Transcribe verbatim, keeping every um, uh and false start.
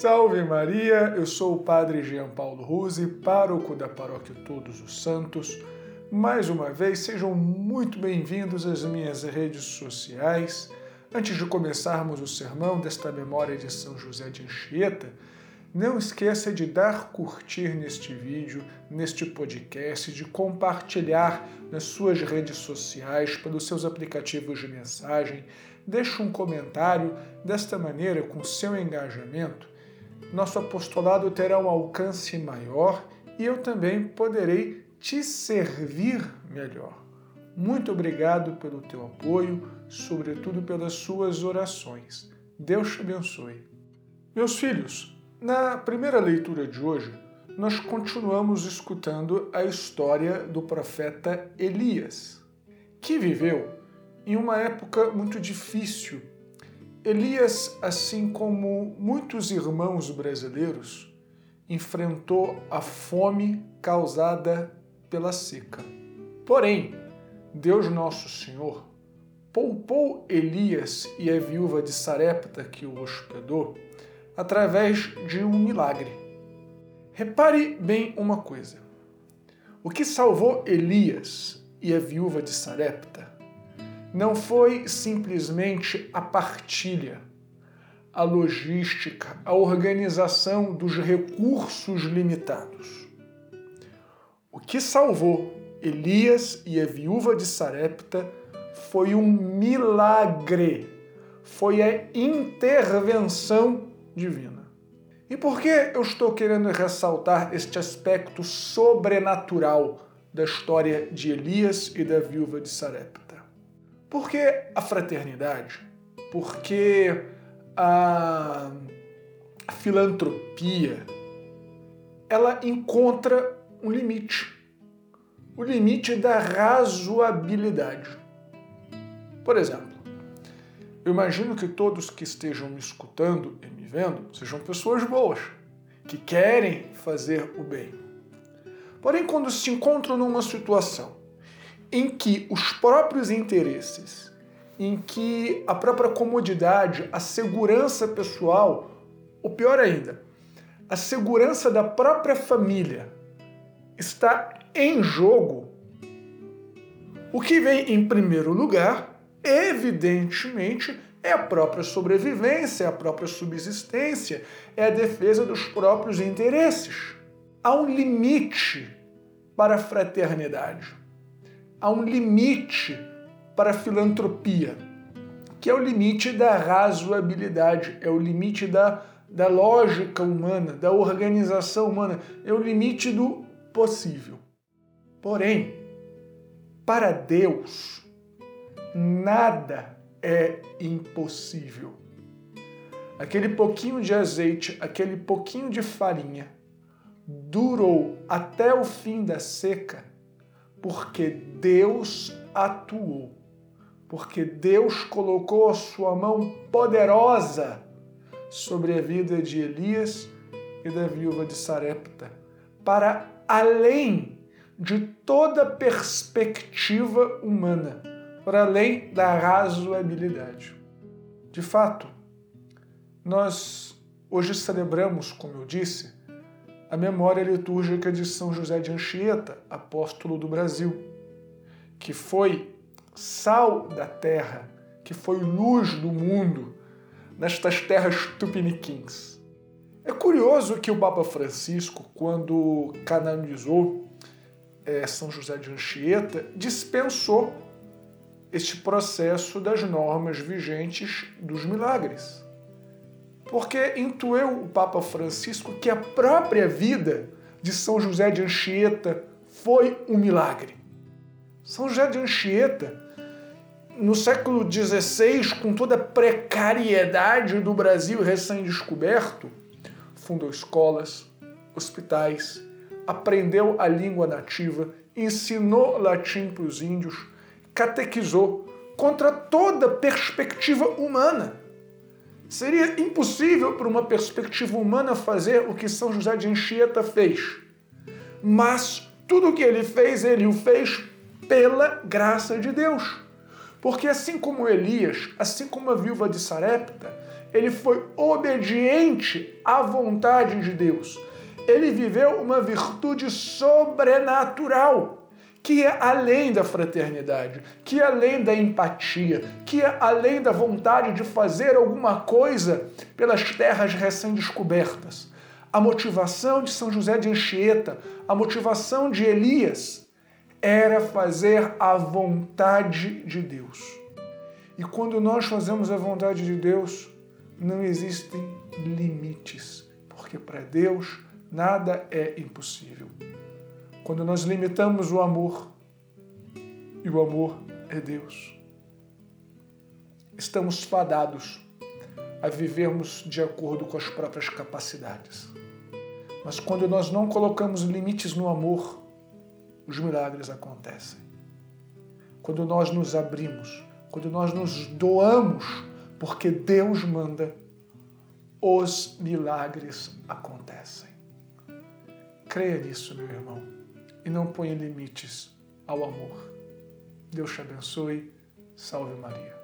Salve Maria, eu sou o Padre Jean Paulo Ruse, pároco da Paróquia Todos os Santos. Mais uma vez, sejam muito bem-vindos às minhas redes sociais. Antes de começarmos o sermão desta memória de São José de Anchieta, não esqueça de dar curtir neste vídeo, neste podcast, de compartilhar nas suas redes sociais, pelos seus aplicativos de mensagem. Deixe um comentário. Desta maneira, com seu engajamento, nosso apostolado terá um alcance maior e eu também poderei te servir melhor. Muito obrigado pelo teu apoio, sobretudo pelas suas orações. Deus te abençoe. Meus filhos, na primeira leitura de hoje, nós continuamos escutando a história do profeta Elias, que viveu em uma época muito difícil. Elias, assim como muitos irmãos brasileiros, enfrentou a fome causada pela seca. Porém, Deus Nosso Senhor poupou Elias e a viúva de Sarepta que o hospedou através de um milagre. Repare bem uma coisa. O que salvou Elias e a viúva de Sarepta não foi simplesmente a partilha, a logística, a organização dos recursos limitados. O que salvou Elias e a viúva de Sarepta foi um milagre, foi a intervenção divina. E por que eu estou querendo ressaltar este aspecto sobrenatural da história de Elias e da viúva de Sarepta? Porque a fraternidade, porque a filantropia, ela encontra um limite, o limite da razoabilidade. Por exemplo, eu imagino que todos que estejam me escutando e me vendo sejam pessoas boas, que querem fazer o bem. Porém, quando se encontram numa situação em que os próprios interesses, em que a própria comodidade, a segurança pessoal, ou pior ainda, a segurança da própria família está em jogo, o que vem em primeiro lugar, evidentemente, é a própria sobrevivência, é a própria subsistência, é a defesa dos próprios interesses. Há um limite para a fraternidade, há um limite para a filantropia, que é o limite da razoabilidade, é o limite da, da lógica humana, da organização humana, é o limite do possível. Porém, para Deus, nada é impossível. Aquele pouquinho de azeite, aquele pouquinho de farinha, durou até o fim da seca porque Deus atuou, porque Deus colocou a sua mão poderosa sobre a vida de Elias e da viúva de Sarepta, para além de toda perspectiva humana, para além da razoabilidade. De fato, nós hoje celebramos, como eu disse, a memória litúrgica de São José de Anchieta, apóstolo do Brasil, que foi sal da terra, que foi luz do mundo nestas terras tupiniquins. É curioso que o Papa Francisco, quando canonizou é, São José de Anchieta, dispensou este processo das normas vigentes dos milagres. Porque intuiu o Papa Francisco que a própria vida de São José de Anchieta foi um milagre. São José de Anchieta, no século dezesseis, com toda a precariedade do Brasil recém-descoberto, fundou escolas, hospitais, aprendeu a língua nativa, ensinou latim para os índios, catequizou contra toda perspectiva humana. Seria impossível para uma perspectiva humana fazer o que São José de Anchieta fez. Mas tudo o que ele fez, ele o fez pela graça de Deus. Porque assim como Elias, assim como a viúva de Sarepta, ele foi obediente à vontade de Deus. Ele viveu uma virtude sobrenatural, que é além da fraternidade, que é além da empatia, que é além da vontade de fazer alguma coisa pelas terras recém-descobertas. A motivação de São José de Anchieta, a motivação de Elias, era fazer a vontade de Deus. E quando nós fazemos a vontade de Deus, não existem limites, porque para Deus nada é impossível. Quando nós limitamos o amor, e o amor é Deus, estamos fadados a vivermos de acordo com as próprias capacidades. Mas quando nós não colocamos limites no amor, os milagres acontecem. Quando nós nos abrimos, quando nós nos doamos, porque Deus manda, os milagres acontecem. Creia nisso, meu irmão, e não ponha limites ao amor. Deus te abençoe. Salve Maria.